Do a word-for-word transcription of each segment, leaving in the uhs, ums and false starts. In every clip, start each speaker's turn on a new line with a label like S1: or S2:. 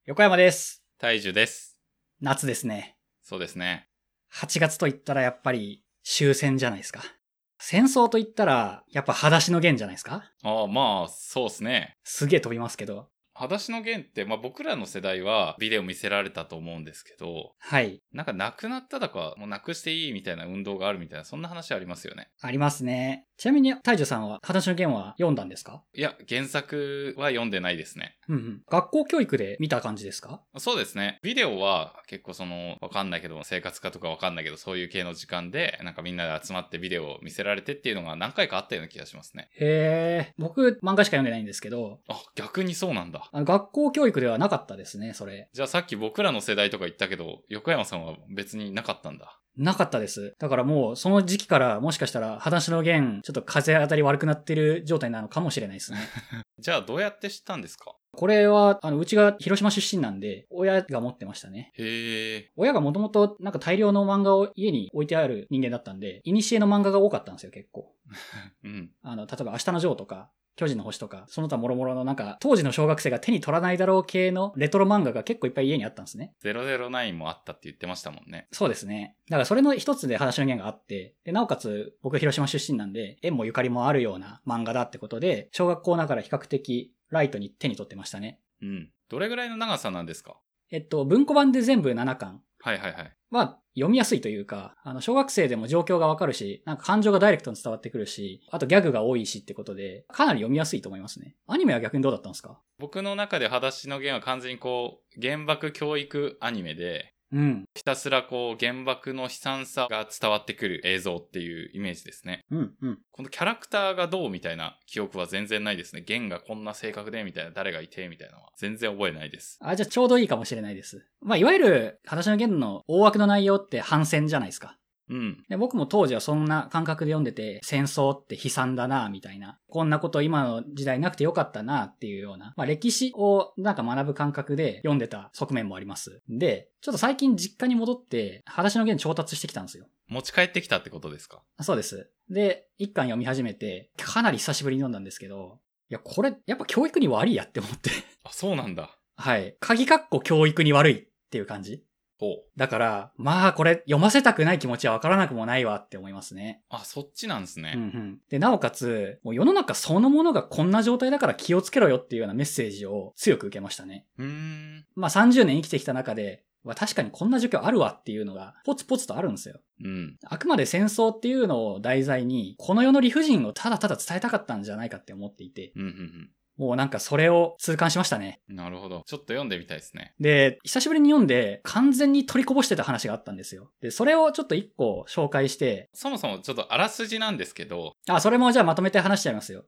S1: 横山です。
S2: 大樹です。
S1: 夏ですね。
S2: そうですね。
S1: はちがつと言ったらやっぱり終戦じゃないですか。戦争と言ったらやっぱ裸足の弦じゃないですか。
S2: ああ、まあ、そうですね。
S1: すげえ飛びますけど。
S2: 裸足の弦って、まあ僕らの世代はビデオ見せられたと思うんですけど、
S1: はい。
S2: なんかなくなっただか、もうなくしていいみたいな運動があるみたいな、そんな話ありますよね。
S1: ありますね。ちなみに大樹さんは裸足の弦は読んだんですか？
S2: いや、原作は読んでないですね。
S1: うんうん。学校教育で見た感じですか？
S2: そうですね。ビデオは結構その、わかんないけど、生活科とかわかんないけど、そういう系の時間で、なんかみんなで集まってビデオを見せられてっていうのが何回かあったような気がしますね。
S1: へえ。僕漫画しか読んでないんですけど。
S2: あ、逆にそうなんだ。
S1: あの学校教育ではなかったですね、それ。
S2: じゃあさっき僕らの世代とか言ったけど、横山さんは別になかったんだ。
S1: なかったです。だからもうその時期からもしかしたら裸足の弦ちょっと風当たり悪くなってる状態なのかもしれないですね。
S2: じゃあどうやって知ったんですか？
S1: これは、あの、うちが広島出身なんで、親が持ってましたね。
S2: へー。
S1: 親がもともとなんか大量の漫画を家に置いてある人間だったんで、古の漫画が多かったんですよ、結構。
S2: うん。
S1: あの、例えば明日のジョーとか、巨人の星とか、その他諸々のなんか、当時の小学生が手に取らないだろう系のレトロ漫画が結構いっぱい家にあったんですね。
S2: ゼロゼロナインもあったって言ってましたもんね。
S1: そうですね。だからそれの一つで裸足の弦があって、で、なおかつ僕広島出身なんで、縁もゆかりもあるような漫画だってことで、小学校ながら比較的ライトに手に取ってましたね。
S2: うん。どれぐらいの長さなんですか？
S1: えっと、文庫版で全部ななかん。
S2: はいはいはい。
S1: は読みやすいというか、あの、小学生でも状況がわかるし、なんか感情がダイレクトに伝わってくるし、あとギャグが多いしってことで、かなり読みやすいと思いますね。アニメは逆にどうだったんですか？
S2: 僕の中で裸足の弦は完全にこう、原爆教育アニメで、
S1: うん。
S2: ひたすらこう、原爆の悲惨さが伝わってくる映像っていうイメージですね。
S1: うん、うん。
S2: このキャラクターがどうみたいな記憶は全然ないですね。弦がこんな性格でみたいな、誰がいてみたいなのは全然覚えないです。
S1: あ、じゃあちょうどいいかもしれないです。まあ、いわゆる、裸足の弦の大枠の内容って反戦じゃないですか。
S2: うん。
S1: で僕も当時はそんな感覚で読んでて、戦争って悲惨だな、みたいな。こんなこと今の時代なくてよかったな、っていうような。まあ歴史をなんか学ぶ感覚で読んでた側面もあります。で、ちょっと最近実家に戻って、裸足の弦調達してきたんですよ。
S2: 持ち帰ってきたってことですか？
S1: そうです。で、一巻読み始めて、かなり久しぶりに読んだんですけど、いや、これ、やっぱ教育に悪いやって思って。
S2: あ、そうなんだ。
S1: はい。鍵括弧教育に悪いっていう感じ。
S2: ほう。
S1: だから、まあこれ読ませたくない気持ちはわからなくもないわって思いますね。
S2: あ、そっちなんですね。
S1: うんうん。で、なおかつ、もう世の中そのものがこんな状態だから気をつけろよっていうようなメッセージを強く受けましたね。
S2: うーん。
S1: まあさんじゅうねん生きてきた中で、まあ確かにこんな状況あるわっていうのがポツポツとあるんですよ。
S2: うん。
S1: あくまで戦争っていうのを題材に、この世の理不尽をただただ伝えたかったんじゃないかって思っていて、
S2: うん、うん、うん。
S1: もうなんかそれを痛感しましたね。
S2: なるほど。ちょっと読んでみたいですね。
S1: で、久しぶりに読んで完全に取りこぼしてた話があったんですよ。で、それをちょっと一個紹介して、
S2: そもそもちょっとあらすじなんですけど。
S1: あ、それもじゃあまとめて話しちゃいますよ。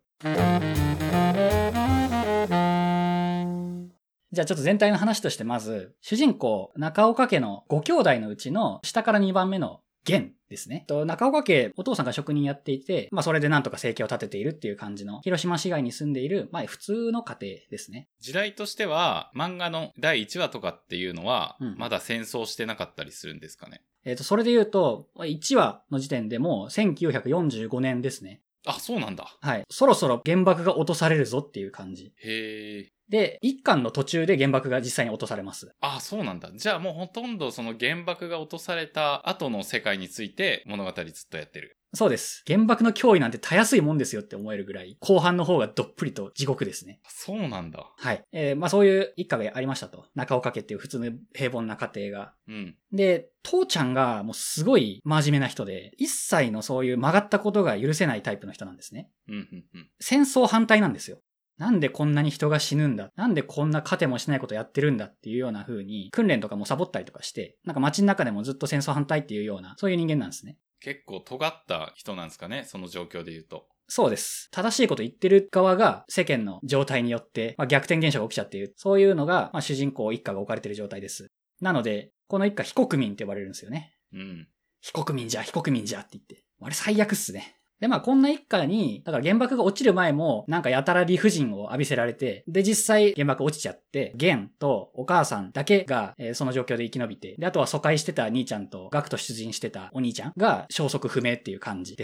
S1: じゃあちょっと全体の話としてまず、主人公、中岡家のご兄弟のうちの下からにばんめの源ですね。と中岡家、お父さんが職人やっていて、まあそれでなんとか生計を立てているっていう感じの、広島市街に住んでいる、まあ普通の家庭ですね。
S2: 時代としては、漫画のだいいちわとかっていうのは、
S1: うん
S2: まだ戦争してなかったりするんですかね。
S1: えっと、それで言うと、いちわの時点でもうせんきゅうひゃくよんじゅうごねんですね。
S2: あ、そうなんだ。
S1: はい。そろそろ原爆が落とされるぞっていう感じ。
S2: へー。
S1: で、一巻の途中で原爆が実際に落とされます。
S2: あ、そうなんだ。じゃあもうほとんどその原爆が落とされた後の世界について物語ずっとやってる。
S1: そうです。原爆の脅威なんてたやすいもんですよって思えるぐらい、後半の方がどっぷりと地獄ですね。
S2: そうなんだ。
S1: はい。えー、まあそういう一家がありましたと。中岡家っていう普通の平凡な家庭が。
S2: うん。
S1: で、父ちゃんがもうすごい真面目な人で、一切のそういう曲がったことが許せないタイプの人なんですね。
S2: うん、うん、うん。
S1: 戦争反対なんですよ。なんでこんなに人が死ぬんだ、なんでこんな糧もしないことやってるんだっていうような風に、訓練とかもサボったりとかして、なんか街の中でもずっと戦争反対っていうような、そういう人間なんですね。
S2: 結構尖った人なんですかね、その状況で言うと。
S1: そうです。正しいこと言ってる側が世間の状態によって、まあ、逆転現象が起きちゃっている。そういうのが、まあ、主人公一家が置かれている状態です。なので、この一家非国民って呼ばれるんですよね。
S2: うん。
S1: 非国民じゃ、非国民じゃって言って。あれ最悪っすね。で、まあこんな一家に、だから原爆が落ちる前も、なんかやたら理不尽を浴びせられて、で実際原爆落ちちゃって、源とお母さんだけが、えー、その状況で生き延びて、で、あとは疎開してた兄ちゃんと学徒出陣してたお兄ちゃんが消息不明っていう感じです。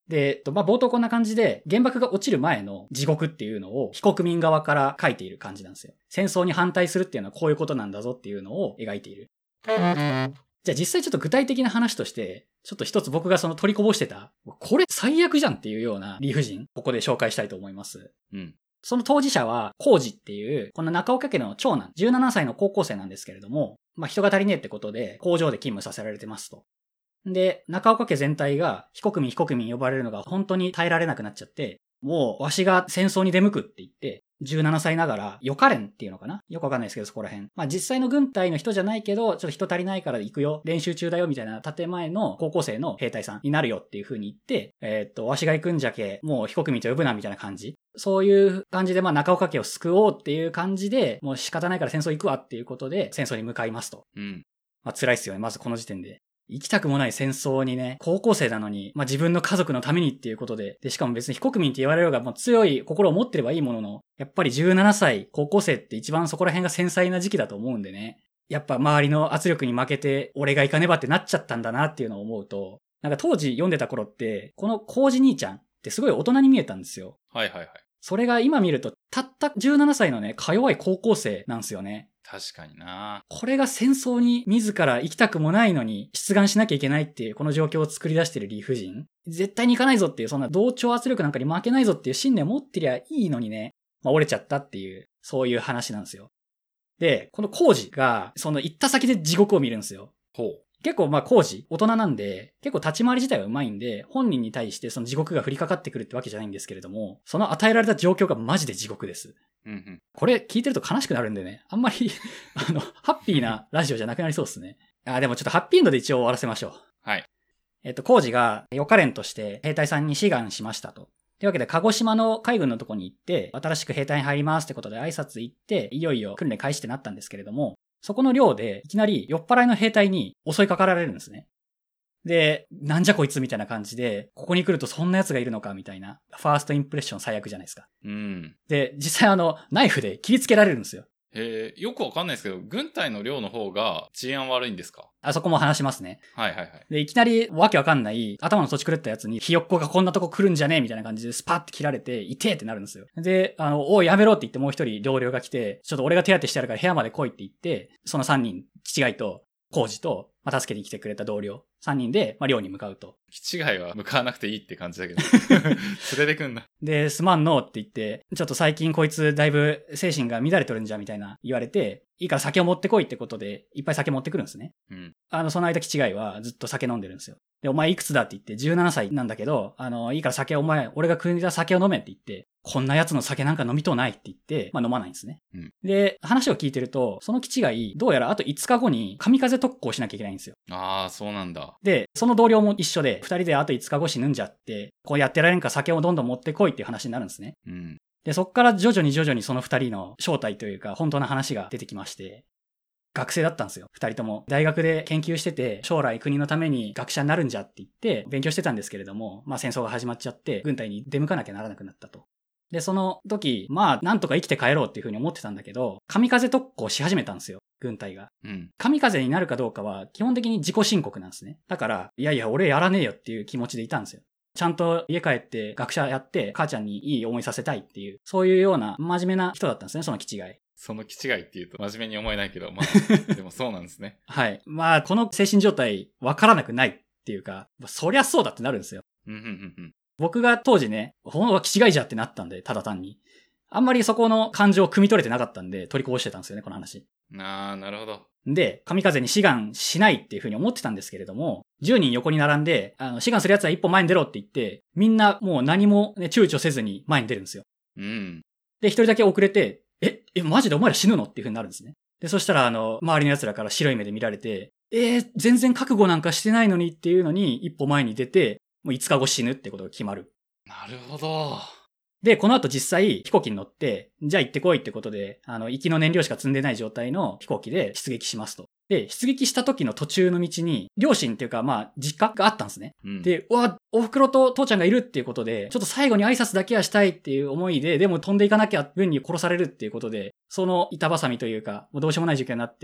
S1: で、えっと、まあ、冒頭こんな感じで、原爆が落ちる前の地獄っていうのを、非国民側から書いている感じなんですよ。戦争に反対するっていうのはこういうことなんだぞっていうのを描いている。じゃあ実際ちょっと具体的な話として、ちょっと一つ僕がその取りこぼしてた、これ最悪じゃんっていうような理不尽、ここで紹介したいと思います。
S2: うん。
S1: その当事者は、浩二っていう、この中岡家の長男、じゅうななさいの高校生なんですけれども、まあ人が足りねえってことで、工場で勤務させられてますと。で、中岡家全体が、非国民非国民呼ばれるのが本当に耐えられなくなっちゃって、もう、わしが戦争に出向くって言って、じゅうななさいながら、予科練っていうのかなよくわかんないですけど、そこら辺。まあ実際の軍隊の人じゃないけど、ちょっと人足りないから行くよ、練習中だよ、みたいな建前の高校生の兵隊さんになるよっていう風に言って、えー、っと、わしが行くんじゃけ、もう非国民と呼ぶな、みたいな感じ。そういう感じで、まあ中岡家を救おうっていう感じで、もう仕方ないから戦争行くわっていうことで、戦争に向かいますと。
S2: うん。
S1: まあ辛いっすよね、まずこの時点で。行きたくもない戦争にね、高校生なのに、まあ自分の家族のためにっていうことで、で、しかも別に非国民って言われるが、もう強い心を持ってればいいものの、やっぱりじゅうななさい、高校生って一番そこら辺が繊細な時期だと思うんでね。やっぱ周りの圧力に負けて、俺が行かねばってなっちゃったんだなっていうのを思うと、なんか当時読んでた頃って、この浩二兄ちゃんってすごい大人に見えたんですよ。
S2: はいはいはい。
S1: それが今見ると、たったじゅうななさいのね、か弱い高校生なんですよね。
S2: 確かにな。
S1: これが戦争に自ら行きたくもないのに出願しなきゃいけないっていうこの状況を作り出してる理不尽。絶対に行かないぞっていうそんな同調圧力なんかに負けないぞっていう信念を持ってりゃいいのにね、まあ、折れちゃったっていう、そういう話なんですよ。で、この浩二がその行った先で地獄を見るんですよ。
S2: ほう。
S1: 結構まあ浩二、大人なんで、結構立ち回り自体は上手いんで、本人に対してその地獄が降りかかってくるってわけじゃないんですけれども、その与えられた状況がマジで地獄です。
S2: うんうん、
S1: これ聞いてると悲しくなるんでね、あんまりあの、ハッピーなラジオじゃなくなりそうですね。あ、でもちょっとハッピーエンドで一応終わらせましょう。
S2: はい。
S1: えっと、浩二が予科練として兵隊さんに志願しましたと。というわけで、鹿児島の海軍のとこに行って、新しく兵隊に入りますってことで挨拶行って、いよいよ訓練開始ってなったんですけれども、そこの寮でいきなり酔っ払いの兵隊に襲いかかられるんですね。で、なんじゃこいつみたいな感じで、ここに来るとそんな奴がいるのかみたいな、ファーストインプレッション最悪じゃないですか。
S2: うん。
S1: で、実際あの、ナイフで切りつけられるんですよ。
S2: へえ、よくわかんないですけど、軍隊の寮の方が治安悪いんですか？
S1: あそこも話しますね。
S2: はいはいはい。
S1: で、いきなりわけわかんない、頭の土地狂ったやつに、ひよっこがこんなとこ来るんじゃねえみたいな感じでスパッて切られて、痛えってなるんですよ。で、あの、おいやめろって言ってもう一人同僚が来て、ちょっと俺が手当てしてやるから部屋まで来いって言って、その三人、父がいと、浩二と、まあ、助けに来てくれた同僚、三人で、まあ、寮に向かうと。
S2: 気違いは向かわなくていいって感じだけど。連れてくんだ。
S1: で、すまんのって言って、ちょっと最近こいつだいぶ精神が乱れとるんじゃみたいな言われて、いいから酒を持ってこいってことで、いっぱい酒持ってくるんですね。
S2: うん。
S1: あの、その間気違いはずっと酒飲んでるんですよ。で、お前いくつだって言ってじゅうななさいなんだけど、あの、いいから酒お前、俺が汲んだ酒を飲めって言って、こんな奴の酒なんか飲みとうないって言って、まあ飲まないんですね。
S2: うん。
S1: で、話を聞いてると、その気違い、どうやらあといつかごに神風特攻しなきゃいけないんですよ。
S2: ああ、そうなんだ。
S1: で、その同僚も一緒で、二人であといつかご死ぬんじゃって、こうやってられんか酒をどんどん持ってこいっていう話になるんですね。
S2: うん。
S1: で、そっから徐々に徐々にその二人の正体というか、本当の話が出てきまして、学生だったんですよ。二人とも。大学で研究してて、将来国のために学者になるんじゃって言って、勉強してたんですけれども、まあ戦争が始まっちゃって、軍隊に出向かなきゃならなくなったと。で、その時、まあ、なんとか生きて帰ろうっていう風に思ってたんだけど、神風特攻し始めたんですよ。軍隊が。
S2: うん。
S1: 神風になるかどうかは、基本的に自己申告なんですね。だから、いやいや、俺やらねえよっていう気持ちでいたんですよ。ちゃんと家帰って学者やって、母ちゃんにいい思いさせたいっていう、そういうような真面目な人だったんですね、その気違い。
S2: その気違いって言うと真面目に思えないけど、まあ、でもそうなんですね。
S1: はい。まあ、この精神状態、わからなくないっていうか、そりゃそうだってなるんですよ。
S2: うんうんうんうん。
S1: 僕が当時ね、ほんとは気違いじゃってなったんで、ただ単に。あんまりそこの感情を汲み取れてなかったんで、取りこぼしてたんですよね、この話。
S2: ああ、なるほど。
S1: で、神風に志願しないっていう風に思ってたんですけれども、じゅうにん横に並んで、あの、志願する奴は一歩前に出ろって言って、みんなもう何もね、躊躇せずに前に出るんですよ。
S2: うん。
S1: で、一人だけ遅れて、え、え、マジでお前ら死ぬのっていう風になるんですね。で、そしたら、あの、周りの奴らから白い目で見られて、えー、全然覚悟なんかしてないのにっていうのに、一歩前に出て、もういつかご死ぬってことが決まる。
S2: なるほど。
S1: で、この後実際飛行機に乗って、じゃあ行ってこいってことで、あの、行きの燃料しか積んでない状態の飛行機で出撃しますと。で、出撃した時の途中の道に、両親っていうか、まあ、実家があったんですね。
S2: うん、
S1: で、うわ、お袋と父ちゃんがいるっていうことで、ちょっと最後に挨拶だけはしたいっていう思いで、でも飛んでいかなきゃ軍に殺されるっていうことで、その板挟みというか、もうどうしようもない事件になって、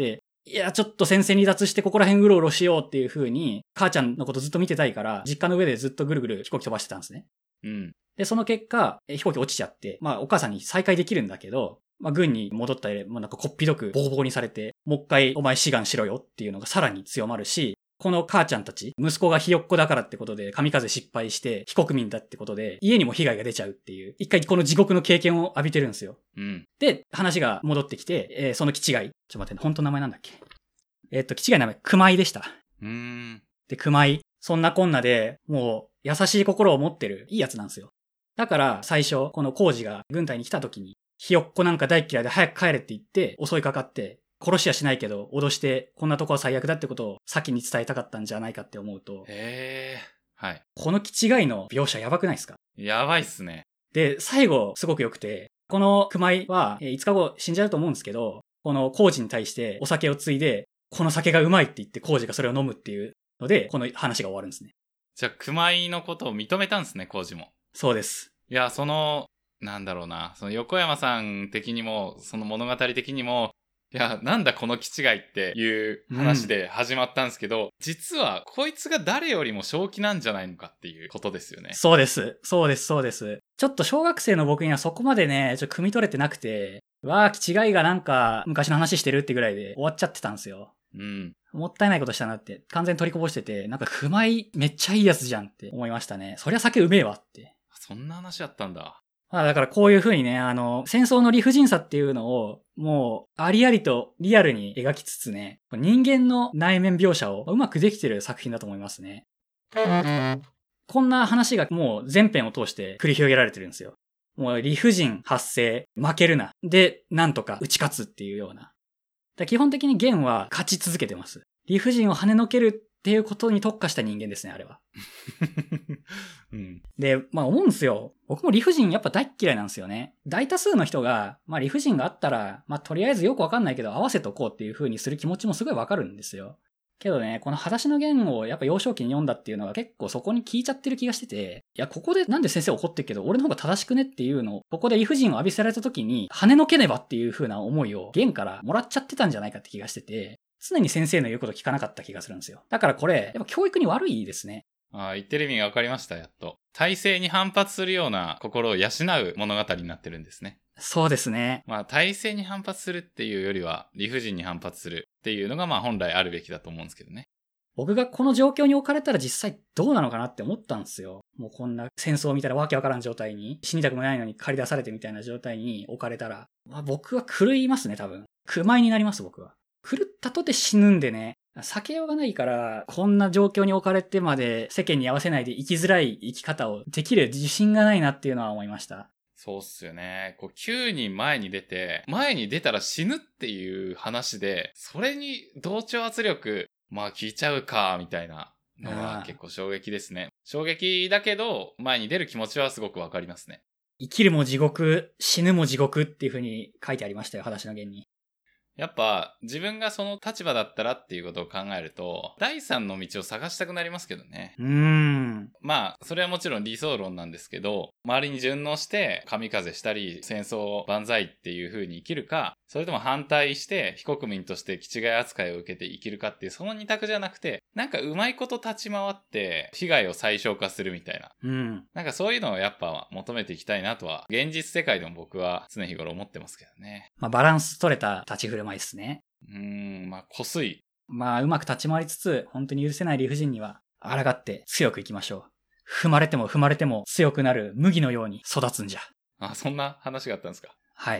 S1: いや、ちょっと先生離脱してここら辺うろうろしようっていう風に、母ちゃんのことずっと見てたいから、実家の上でずっとぐるぐる飛行機飛ばしてたんですね。
S2: うん。
S1: で、その結果、飛行機落ちちゃって、まあお母さんに再会できるんだけど、まあ軍に戻ったり、まあなんかこっぴどくボコボコにされて、もう一回お前志願しろよっていうのがさらに強まるし、この母ちゃんたち、息子がひよっこだからってことで、神風失敗して非国民だってことで、家にも被害が出ちゃうっていう、一回この地獄の経験を浴びてるんですよ。
S2: うん。
S1: で、話が戻ってきて、えー、その気違い。ちょっと待って、本当の名前なんだっけ。えー、っと、気違いの名前、熊井でした。
S2: うーん。
S1: で、熊井。そんなこんなで、もう、優しい心を持ってる、いいやつなんですよ。だから、最初、この浩二が軍隊に来た時に、ひよっこなんか大嫌いで早く帰れって言って、襲いかかって、殺しはしないけど、脅して、こんなとこは最悪だってことを先に伝えたかったんじゃないかって思うと。
S2: へー。はい。
S1: この気違いの描写やばくないですか？
S2: やばいっすね。
S1: で、最後、すごく良くて、この熊井は、いつかご死んじゃうと思うんですけど、この浩二に対してお酒を継いで、この酒がうまいって言って浩二がそれを飲むっていうので、この話が終わるんですね。
S2: じゃあ、熊井のことを認めたんですね、浩二も。
S1: そうです。
S2: いや、その、なんだろうな、その横山さん的にも、その物語的にも、いや、なんだこの気違いっていう話で始まったんですけど、うん、実はこいつが誰よりも正気なんじゃないのかっていうことですよね。
S1: そうです。そうです、そうです。ちょっと小学生の僕にはそこまでね、ちょっと汲み取れてなくて、わー、気違いがなんか昔の話してるってぐらいで終わっちゃってたんですよ。
S2: うん。も
S1: ったいないことしたなって、完全に取りこぼしてて、なんか熊井めっちゃいいやつじゃんって思いましたね。そりゃ酒うめえわって。
S2: そんな話あったんだ。
S1: まあだからこういう風にね、あの、戦争の理不尽さっていうのを、もう、ありありとリアルに描きつつね、人間の内面描写をうまくできてる作品だと思いますね。こんな話がもう全編を通して繰り広げられてるんですよ。もう理不尽発生、負けるな。で、なんとか打ち勝つっていうような。だ基本的に弦は勝ち続けてます。理不尽を跳ねのけるっていうことに特化した人間ですね、あれは。うん、で、まあ思うんですよ。僕も理不尽やっぱ大っ嫌いなんですよね。大多数の人が、まあ理不尽があったら、まあとりあえずよくわかんないけど合わせとこうっていう風にする気持ちもすごいわかるんですよ。けどね、この裸足の弦をやっぱ幼少期に読んだっていうのは結構そこに効いちゃってる気がしてて、いや、ここでなんで先生怒ってるけど俺の方が正しくねっていうのを、ここで理不尽を浴びせられた時に跳ねのけねばっていう風な思いを弦からもらっちゃってたんじゃないかって気がしてて、常に先生の言うこと聞かなかった気がするんですよ。だからこれ、やっぱ教育に悪いですね。
S2: ああ、言ってる意味が分かりました、やっと。体制に反発するような心を養う物語になってるんですね。
S1: そうですね。
S2: まあ、体制に反発するっていうよりは、理不尽に反発するっていうのがまあ本来あるべきだと思うんですけどね。
S1: 僕がこの状況に置かれたら実際どうなのかなって思ったんですよ。もうこんな戦争を見たらわけわからん状態に、死にたくもないのに駆り出されてみたいな状態に置かれたら、まあ、僕は狂いますね、多分。熊井になります、僕は。狂ったとて死ぬんでね。避けようがないから、こんな状況に置かれてまで世間に合わせないで生きづらい生き方をできる自信がないなっていうのは思いました。
S2: そうっすよね。こうきゅうにん前に出て、前に出たら死ぬっていう話で、それに同調圧力、まあ聞いちゃうか、みたいなのが結構衝撃ですね。衝撃だけど、前に出る気持ちはすごくわかりますね。
S1: 生きるも地獄、死ぬも地獄っていう風に書いてありましたよ、裸足の弦に。
S2: やっぱ自分がその立場だったらっていうことを考えると、第三の道を探したくなりますけどね。
S1: うーん。
S2: まあ、それはもちろん理想論なんですけど、周りに順応して神風したり、戦争万歳っていう風に生きるか、それとも反対して非国民として気違い扱いを受けて生きるかっていうその二択じゃなくて、なんかうまいこと立ち回って被害を最小化するみたいな。
S1: うん。
S2: なんかそういうのをやっぱ求めていきたいなとは、現実世界でも僕は常日頃思ってますけどね。
S1: まあバランス取れた立ち振る舞いですね。
S2: うーん、まあ、こすい。
S1: まあ、うまく立ち回りつつ、本当に許せない理不尽には、抗って強くいきましょう。踏まれても踏まれても強くなる麦のように育つんじゃ。
S2: あ、そんな話があったんですか。
S1: はい。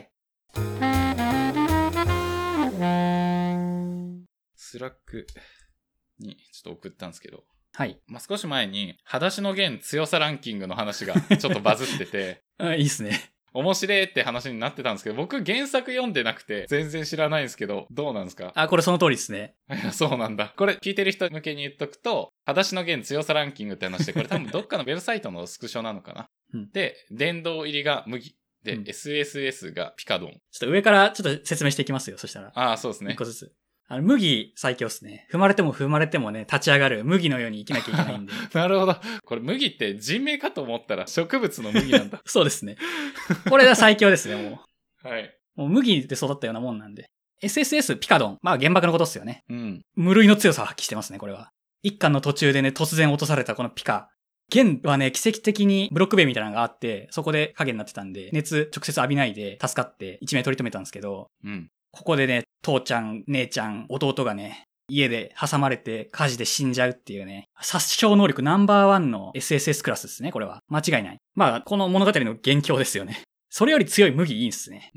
S2: スラックにちょっと送ったんですけど。
S1: はい。
S2: まあ、少し前に、裸足の弦強さランキングの話がちょっとバズってて。
S1: あ、いいっすね。
S2: 面白いって話になってたんですけど、僕原作読んでなくて全然知らないんですけど、どうなんですか？
S1: あ、これその通りですね。
S2: いや、そうなんだ。これ聞いてる人向けに言っとくと、裸足の弦強さランキングって話で、これ多分どっかのウェブサイトのスクショなのかな。うん、で、電動入りが麦。で、うん、エスエスエス がピカドン。ちょ
S1: っと上からちょっと説明していきますよ、そしたら。
S2: ああ、そうですね。
S1: 一個ずつ。あの、麦最強っすね。踏まれても踏まれてもね、立ち上がる麦のように生きなきゃいけないんで。
S2: なるほど。これ麦って人名かと思ったら植物の麦なんだ。
S1: そうですね。これが最強ですね、も
S2: う。はい。
S1: もう麦で育ったようなもんなんで。 エスエスエス ピカドン。まあ原爆のことっすよね。
S2: うん。
S1: 無類の強さを発揮してますね、これは。一巻の途中でね、突然落とされたこのピカ。弦はね、奇跡的にブロック塀みたいなのがあって、そこで影になってたんで、熱直接浴びないで助かって一命取り留めたんですけど、
S2: うん。
S1: ここでね、父ちゃん、姉ちゃん、弟がね、家で挟まれて火事で死んじゃうっていうね、殺傷能力ナンバーワンの エスエスエス クラスですね、これは。間違いない。まあ、この物語の元凶ですよね。それより強い麦いいんすね。
S2: うん。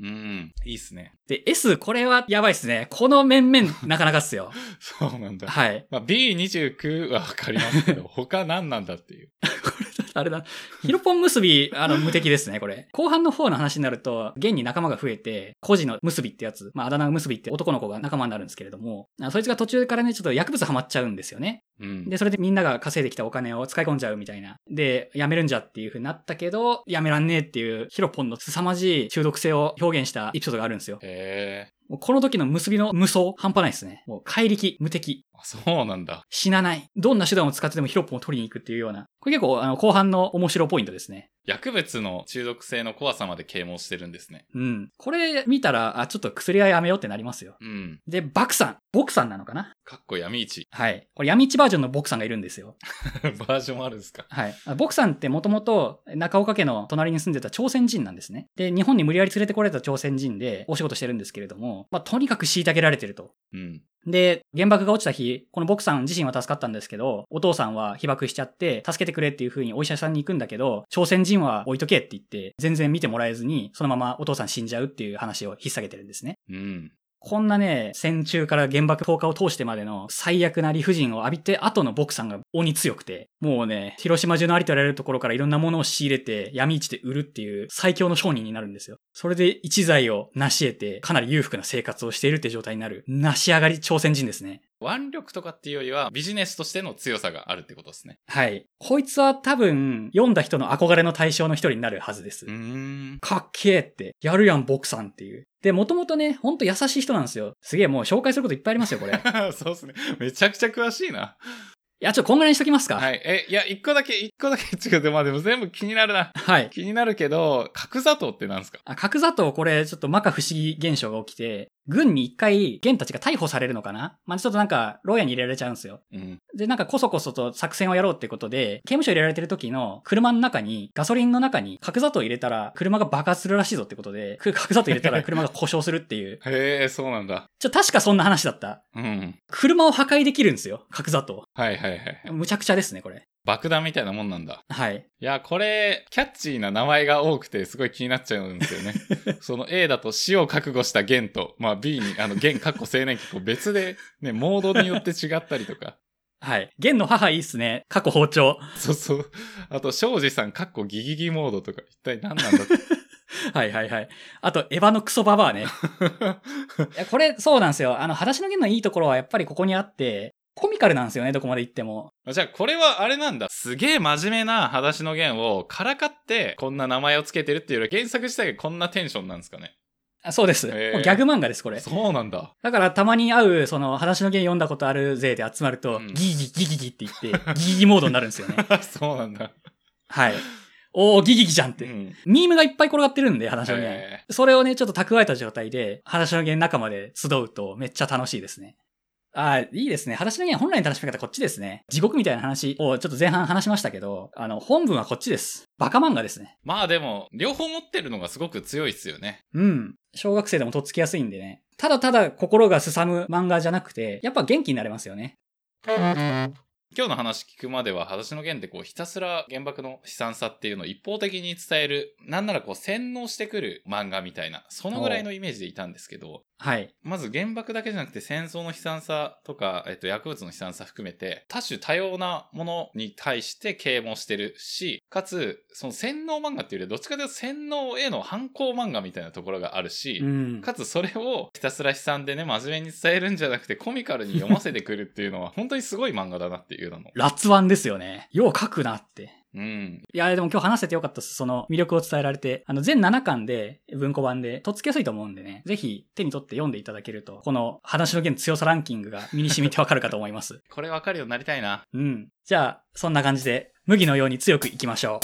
S2: いいっすね。
S1: で、S、これはやばいっすね。この面々、なかなかっすよ。
S2: そうなんだ。
S1: はい。
S2: まあ、ビーにじゅうきゅう はわかりますけど、他何なんだっていう。 こ
S1: れ、あれだ。ヒロポン結び、あの、無敵ですね、これ。後半の方の話になると、現に仲間が増えて、孤児の結びってやつ、まあ、あだ名結びって男の子が仲間になるんですけれども、そいつが途中からね、ちょっと薬物ハマっちゃうんですよね。
S2: うん、
S1: で、それでみんなが稼いできたお金を使い込んじゃうみたいな。で、やめるんじゃっていう風になったけど、やめらんねえっていうヒロポンの凄まじい中毒性を表現したエピソードがあるんですよ。
S2: へー。
S1: もうこの時の結びの無双、半端ないですね。もう怪力、無敵。
S2: そうなんだ。
S1: 死なない。どんな手段を使ってでもヒロポンを取りに行くっていうような。これ結構、あの、後半の面白ポイントですね。
S2: 薬物の中毒性の怖さまで啓蒙してるんですね。
S1: うん。これ見たら、あ、ちょっと薬はやめようってなりますよ。
S2: うん。
S1: で、バクさん。ボクさんなのかな？
S2: かっこ闇市。
S1: はい。これ闇市バージョンのボクさんがいるんですよ。
S2: バージョンあるんですか？
S1: はい。ボクさんってもともと中岡家の隣に住んでた朝鮮人なんですね。で、日本に無理やり連れてこられた朝鮮人でお仕事してるんですけれども、まあ、とにかく虐げられてると。
S2: うん。
S1: で、原爆が落ちた日、このボクさん自身は助かったんですけど、お父さんは被爆しちゃって、助けてくれっていう風にお医者さんに行くんだけど、朝鮮人は置いとけって言って、全然見てもらえずに、そのままお父さん死んじゃうっていう話を引っ提げてるんですね。
S2: うん。
S1: こんなね、戦中から原爆投下を通してまでの最悪な理不尽を浴びて後のボクさんが鬼強くて、もうね、広島中のありとあらゆるところからいろんなものを仕入れて闇市で売るっていう最強の商人になるんですよ。それで一財を成し得て、かなり裕福な生活をしているって状態になる、成し上がり朝鮮人ですね。
S2: 腕力とかっていうよりはビジネスとしての強さがあるってことですね。
S1: はい。こいつは多分読んだ人の憧れの対象の一人になるはずです。
S2: うーん。
S1: かっけーって。やるやん、ボクさんっていう。で、もともとね、ほんと優しい人なんですよ。すげえもう紹介することいっぱいありますよ、これ。
S2: そうですね。めちゃくちゃ詳しいな。
S1: いや、ちょっとこんぐらいにしときますか。
S2: はい。え、いや、一個だけ、一個だけ違う。まあでも全部気になるな。
S1: はい。
S2: 気になるけど、角砂糖って何ですか？
S1: あ、角砂糖これちょっと摩訶不思議現象が起きて、軍に一回、元たちが逮捕されるのかな？まあ、ちょっとなんか、牢屋に入れられちゃうんですよ。
S2: うん。
S1: で、なんかこそこそと作戦をやろうってことで、刑務所入れられてる時の車の中に、ガソリンの中に角砂糖入れたら車が爆発するらしいぞってことで、角砂糖入れたら車が故障するっていう。
S2: へえ、そうなんだ。
S1: ちょ、確かそんな話だった。
S2: うん。
S1: 車を破壊できるんですよ、角砂糖。
S2: はいはいはい。
S1: むちゃくちゃですね、これ。
S2: 爆弾みたいなもんなんだ。
S1: はい。
S2: いや、これ、キャッチーな名前が多くて、すごい気になっちゃうんですよね。その A だと死を覚悟したゲンと、まあ B に、あの、ゲン、カッコ青年期、こう別で、ね、モードによって違ったりとか。
S1: はい。ゲンの母いいっすね。過去包丁。
S2: そうそう。あと、庄司さん、カッコギギギモードとか、一体何なんだって。
S1: はいはいはい。あと、エヴァのクソババアね。いや、これ、そうなんですよ。あの、裸足の弦のいいところはやっぱりここにあって、コミカルなんですよね、どこまで行っても。
S2: じゃあ、これはあれなんだ。すげえ真面目な裸足の弦をからかって、こんな名前をつけてるっていうよりは、原作自体がこんなテンションなんですかね。
S1: あ、そうです。
S2: えー、
S1: もうギャグ漫画です、これ。
S2: そうなんだ。
S1: だから、たまに会う、その、裸足の弦読んだことある勢で集まると、
S2: うん、
S1: ギギギギギギって言って、ギギギモードになるんですよね。
S2: そうなんだ。
S1: はい。おー、ギギギじゃんって。うん、ミームがいっぱい転がってるんで、裸足の弦、えー。それをね、ちょっと蓄えた状態で、裸足の弦仲間で集うと、めっちゃ楽しいですね。ああ、いいですね。裸足の弦本来の楽しみ方こっちですね。地獄みたいな話をちょっと前半話しましたけど、あの、本文はこっちです。バカ漫画ですね。
S2: まあでも、両方持ってるのがすごく強いっすよね。
S1: うん。小学生でもとっつきやすいんでね。ただただ心がすさむ漫画じゃなくて、やっぱ元気になれますよね。
S2: 今日の話聞くまでは、裸足の弦ってこうひたすら原爆の悲惨さっていうのを一方的に伝える、なんならこう洗脳してくる漫画みたいな、そのぐらいのイメージでいたんですけど、
S1: はい。
S2: まず原爆だけじゃなくて戦争の悲惨さとか、えっと、薬物の悲惨さ含めて、多種多様なものに対して啓蒙してるし、かつ、その洗脳漫画っていうよりどっちかというと洗脳への反抗漫画みたいなところがあるし、
S1: うん、
S2: かつそれをひたすら悲惨でね、真面目に伝えるんじゃなくてコミカルに読ませてくるっていうのは、本当にすごい漫画だなっていうのも。
S1: ラッツワンですよね。よう書くなって。
S2: うん。
S1: いや、でも今日話せてよかったです。その魅力を伝えられて。あの、全ななかんで、文庫版で、とっつきやすいと思うんでね。ぜひ手に取って読んでいただけると、この話の弦強さランキングが身に染みてわかるかと思います。
S2: これわかるようになりたいな。
S1: うん。じゃあ、そんな感じで、麦のように強くいきましょう。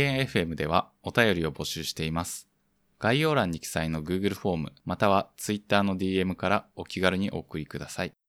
S2: 間 エフエム ではお便りを募集しています。概要欄に記載の Google フォームまたは Twitter の ディーエム からお気軽にお送りください。